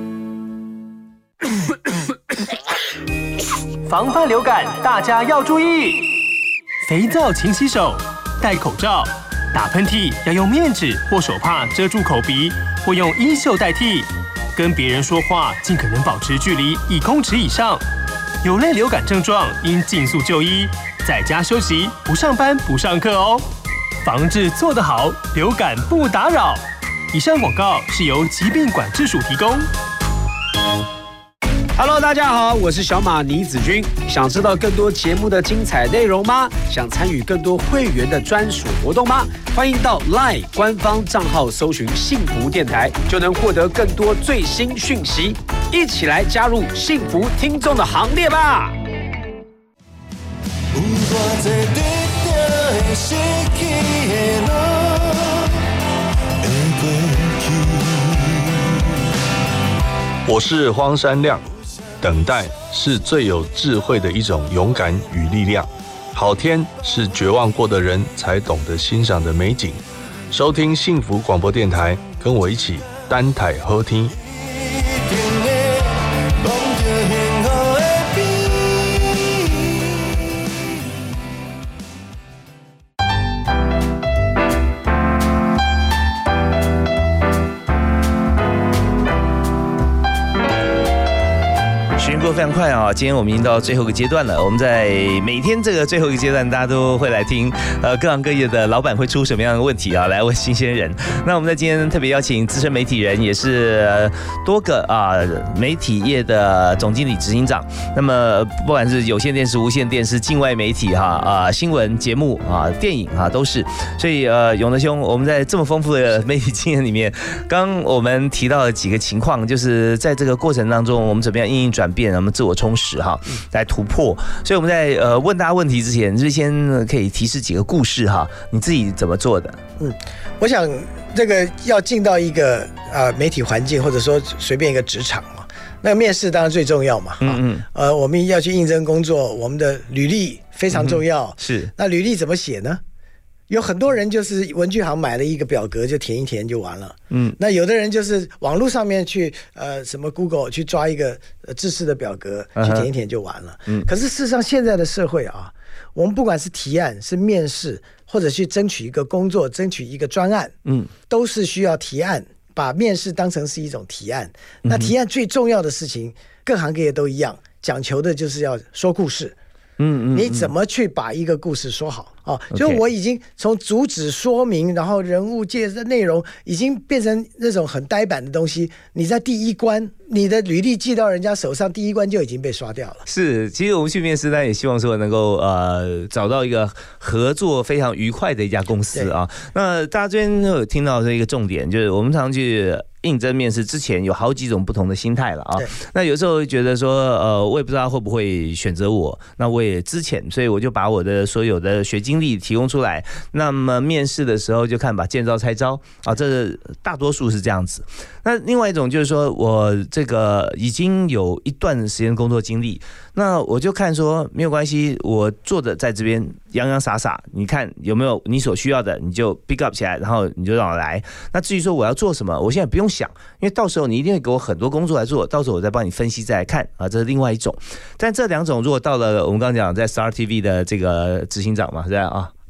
防范流感，大家要注意：肥皂勤洗手，戴口罩，打喷嚏要用面纸或手帕遮住口鼻，或用衣袖代替。跟别人说话尽可能保持距离1公尺以上。有类流感症状应尽速就医，在家休息，不上班不上课哦。防治做得好，流感不打扰。以上广告是由疾病管制署提供。 Hello， 大家好，我是小马倪子君。想知道更多节目的精彩内容吗？想参与更多会员的专属活动吗？欢迎到 LINE 官方账号搜寻幸福电台，就能获得更多最新讯息。一起来加入幸福听众的行列吧！ 我是荒山亮。等待是最有智慧的一种勇敢与力量。好天是绝望过的人才懂得欣赏的美景。收听幸福广播电台，跟我一起单台好天。 非常快啊！今天我们已经到最后一个阶段了。我们在每天这个最后一个阶段，大家都会来听各行各业的老板会出什么样的问题啊，来问新鲜人。那我们在今天特别邀请资深媒体人，也是多个媒体业的总经理、执行长。那么不管是有线电视、无线电视、境外媒体新闻节目电影都是。所以永德兄，我们在这么丰富的媒体经验里面，刚我们提到了几个情况，就是在这个过程当中，我们怎么样因应转变，我们自我充实来突破。所以我们在问大家问题之前，是先可以提示几个故事你自己怎么做的？ 我想这个要进到一个媒体环境，或者说随便一个职场那个面试当然最重要嘛。我们要去应征工作，我们的履历非常重要。 是， 那履历怎么写呢？有很多人就是文具行买了一个表格就填一填就完了。那有的人就是网络上面去什么 Google 去抓一个制式的表格去填一填就完了。可是事实上现在的社会我们不管是提案、是面试，或者去争取一个工作、争取一个专案，都是需要提案，把面试当成是一种提案。那提案最重要的事情，各行各业都一样，讲求的就是要说故事。你怎么去把一个故事说好就我已经从主旨说明，然后人物介绍内容已经变成那种很呆板的东西，你在第一关你的履历寄到人家手上，第一关就已经被刷掉了。 是，其实我们去面试呢，也希望说能够找到一个合作非常愉快的一家公司那大家这边有听到这一个重点，就是我们常去应征面试之前有好几种不同的心态了那有时候觉得说我也不知道会不会选择我，那我也之前，所以我就把我的所有的学经历提供出来。那么面试的时候就看把见招拆招这大多数是这样子。那另外一种就是说我这个已经有一段时间工作经历，那我就看说没有关系，我做的在这边洋洋洒洒，你看有没有你所需要的，你就 pick up 起来，然后你就让我来。那至于说我要做什么，我现在不用想，因为到时候你一定会给我很多工作来做，到时候我再帮你分析再来看这是另外一种。但这两种如果到了我们刚刚讲在 Star TV 的这个执行长嘛，是吧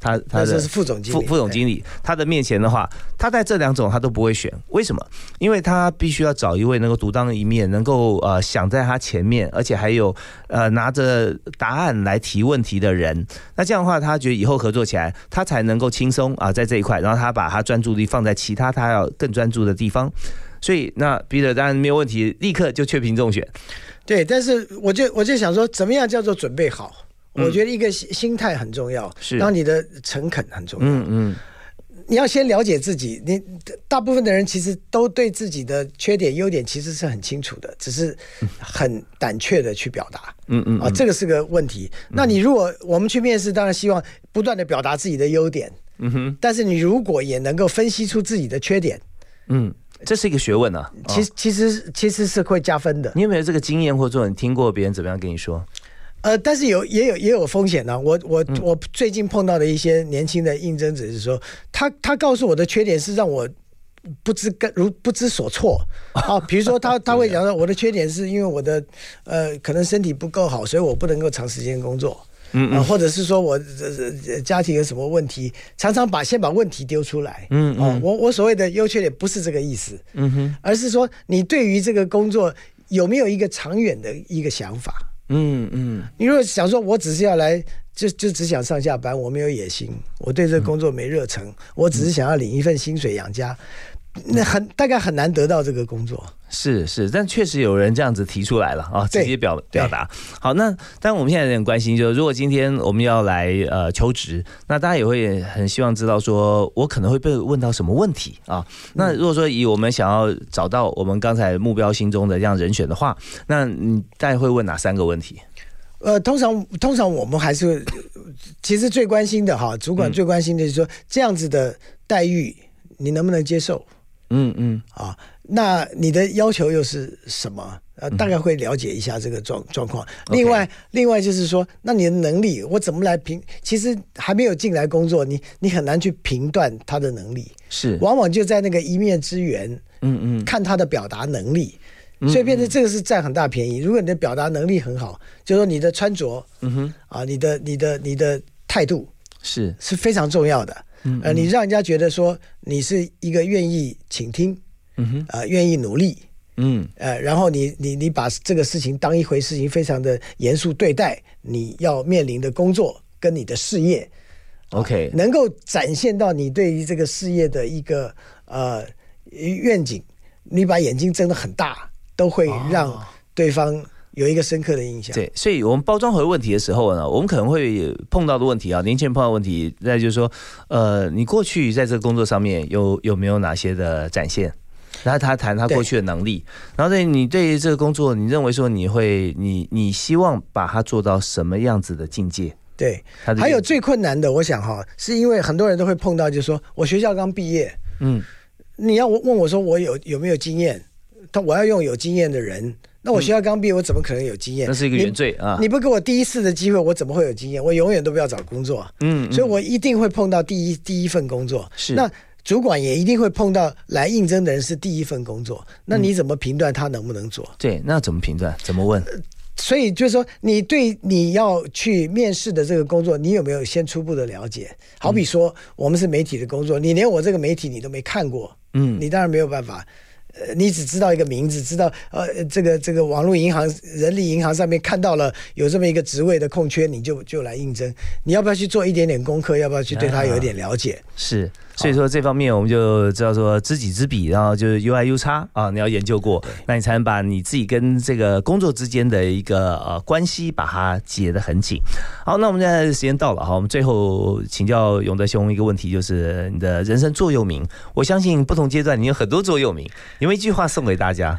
他的是副总经理， 副总经理，他的面前的话，他在这2种他都不会选，为什么？因为他必须要找一位能够独当一面，能够想在他前面，而且还有拿着答案来提问题的人。那这样的话，他觉得以后合作起来，他才能够轻松在这一块，然后他把他专注力放在其他他要更专注的地方。所以那Peter当然没有问题，立刻就确评中选。 对，但是我就想说，怎么样叫做准备好？我觉得一个心态很重要，然后你的诚恳很重要。你要先了解自己。你大部分的人其实都对自己的缺点、优点其实是很清楚的，只是很胆怯的去表达。这个是个问题。那你如果我们去面试，当然希望不断的表达自己的优点。但是你如果也能够分析出自己的缺点， 这是一个学问啊。 其实是会加分的。 你有没有这个经验，或者你听过别人怎么样跟你说？ 但是也有风险呢。我最近碰到的一些年轻的应征者是说，他告诉我的缺点是让我不知所措啊。比如说他会讲说，我的缺点是因为我的可能身体不够好，所以我不能够长时间工作。或者是说我家庭有什么问题，常常先把问题丢出来。我所谓的优缺点不是这个意思，而是说你对于这个工作有没有一个长远的一个想法。你如果想说我只是要来就只想上下班，我没有野心，我对这个工作没热忱，我只是想要领一份薪水养家，那大概很难得到这个工作。 是，但确实有人这样子提出来了啊，直接表达。好，那当然我们现在很关心，就是如果今天我们要来求职，那大家也会很希望知道说，我可能会被问到什么问题啊？那如果说以我们想要找到我们刚才目标心中的这样人选的话，那你大概会问哪3个问题？ 通常我们还是其实最关心的哈，主管最关心的就是说，这样子的待遇你能不能接受？那你的要求又是什么？大概会了解一下这个状况。另外就是说，那你的能力我怎么来评？其实还没有进来工作，你很难去评断他的能力，往往就在那个一面之缘。看他的表达能力。所以变成这个是占很大便宜。如果你的表达能力很好，就是说你的穿着，你的态度是非常重要的。你让人家觉得说你是一个愿意倾听，愿意努力，然后你把这个事情当一回事情，非常的严肃对待你要面临的工作跟你的事业。 OK， 能够展现到你对于这个事业的一个愿景，你把眼睛睁得很大，都会让对方有一个深刻的印象。 对，所以我们包装回问题的时候呢，我们可能会碰到的问题啊，年轻人碰到的问题，再就是说，你过去在这个工作上面有没有哪些的展现？然后他谈他过去的能力，然后你对这个工作，你认为说你希望把它做到什么样子的境界？ 对，还有最困难的，我想是因为很多人都会碰到，就是说我学校刚毕业，你要问我说我有没有经验？我要用有经验的人，那我学校刚毕业，我怎么可能有经验？ 那是一个原罪啊！ 你不给我第一次的机会，我怎么会有经验？我永远都不要找工作，所以我一定会碰到第一份工作。 是， 那主管也一定会碰到来应征的人是第一份工作，那你怎么评断他能不能做？ 对，那怎么评断？怎么问？ 所以就是说，你对你要去面试的这个工作，你有没有先初步的了解？好比说，我们是媒体的工作，你连我这个媒体你都没看过，你当然没有办法。你只知道一个名字，知道这个网络银行、人力银行上面看到了有这么一个职位的空缺，你就来应征。你要不要去做一点点功课？要不要去对他有一点了解？ 是，所以说这方面我们就知道说知己知彼，然后就是 UI、U 啊，你要研究过，那你才能把你自己跟这个工作之间的一个关系把它结得很紧。好，那我们现在时间到了哈，我们最后请教永德兄一个问题，就是你的人生座右铭。我相信不同阶段你有很多座右铭，有没有一句话送给大家？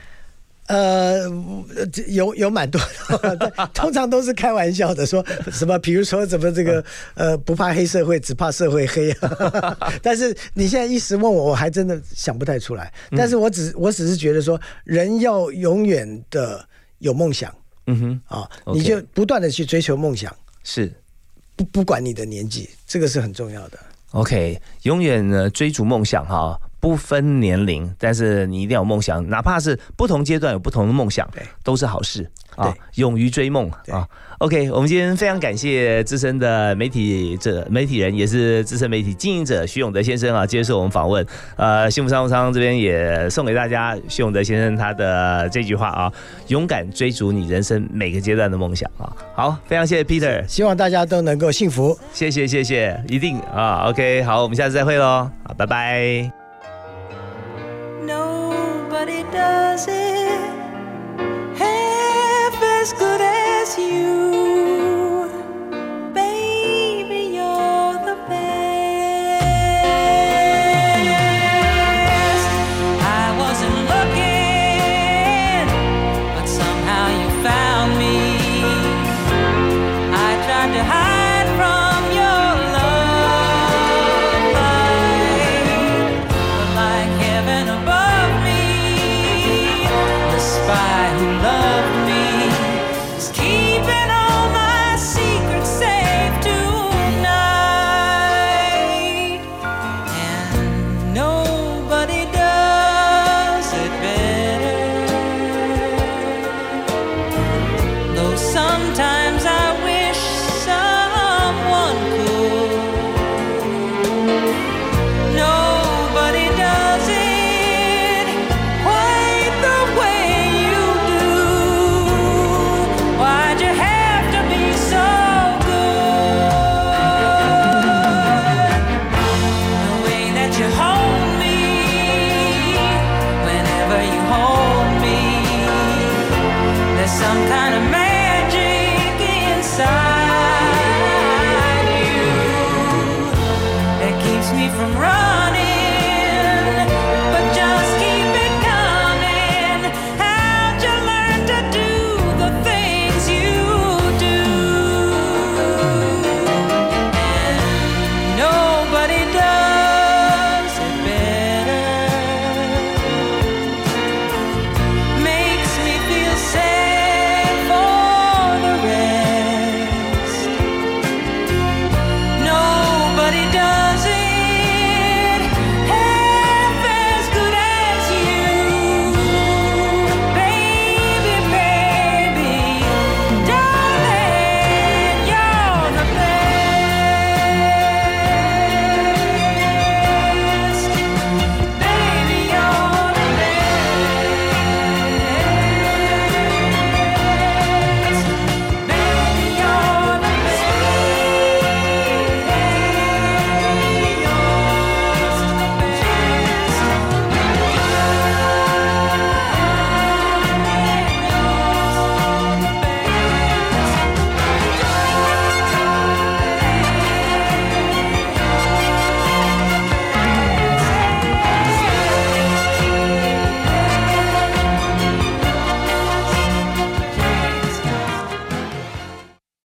有蛮多的，通常都是开玩笑的，说什么，比如说怎么这个不怕黑社会，只怕社会黑。但是你现在一时问我还真的想不太出来。但是我只是觉得说，人要永远的有梦想，你就不断的去追求梦想， 是不管你的年纪，这个是很重要的。 OK， 永远呢追逐梦想哈。不分年龄，但是你一定要有梦想，哪怕是不同阶段有不同的梦想，都是好事。 啊，勇于追梦啊。OK， 我们今天非常感谢资深的媒体人，也是资深媒体经营者徐永德先生啊，接受我们访问。幸福商务舱这边也送给大家徐永德先生他的这句话啊：勇敢追逐你人生每个阶段的梦想啊。好，非常谢谢 Peter， 希望大家都能够幸福。 谢谢，一定啊。OK， 好，我们下次再会喽，好，拜拜。 Nobody does it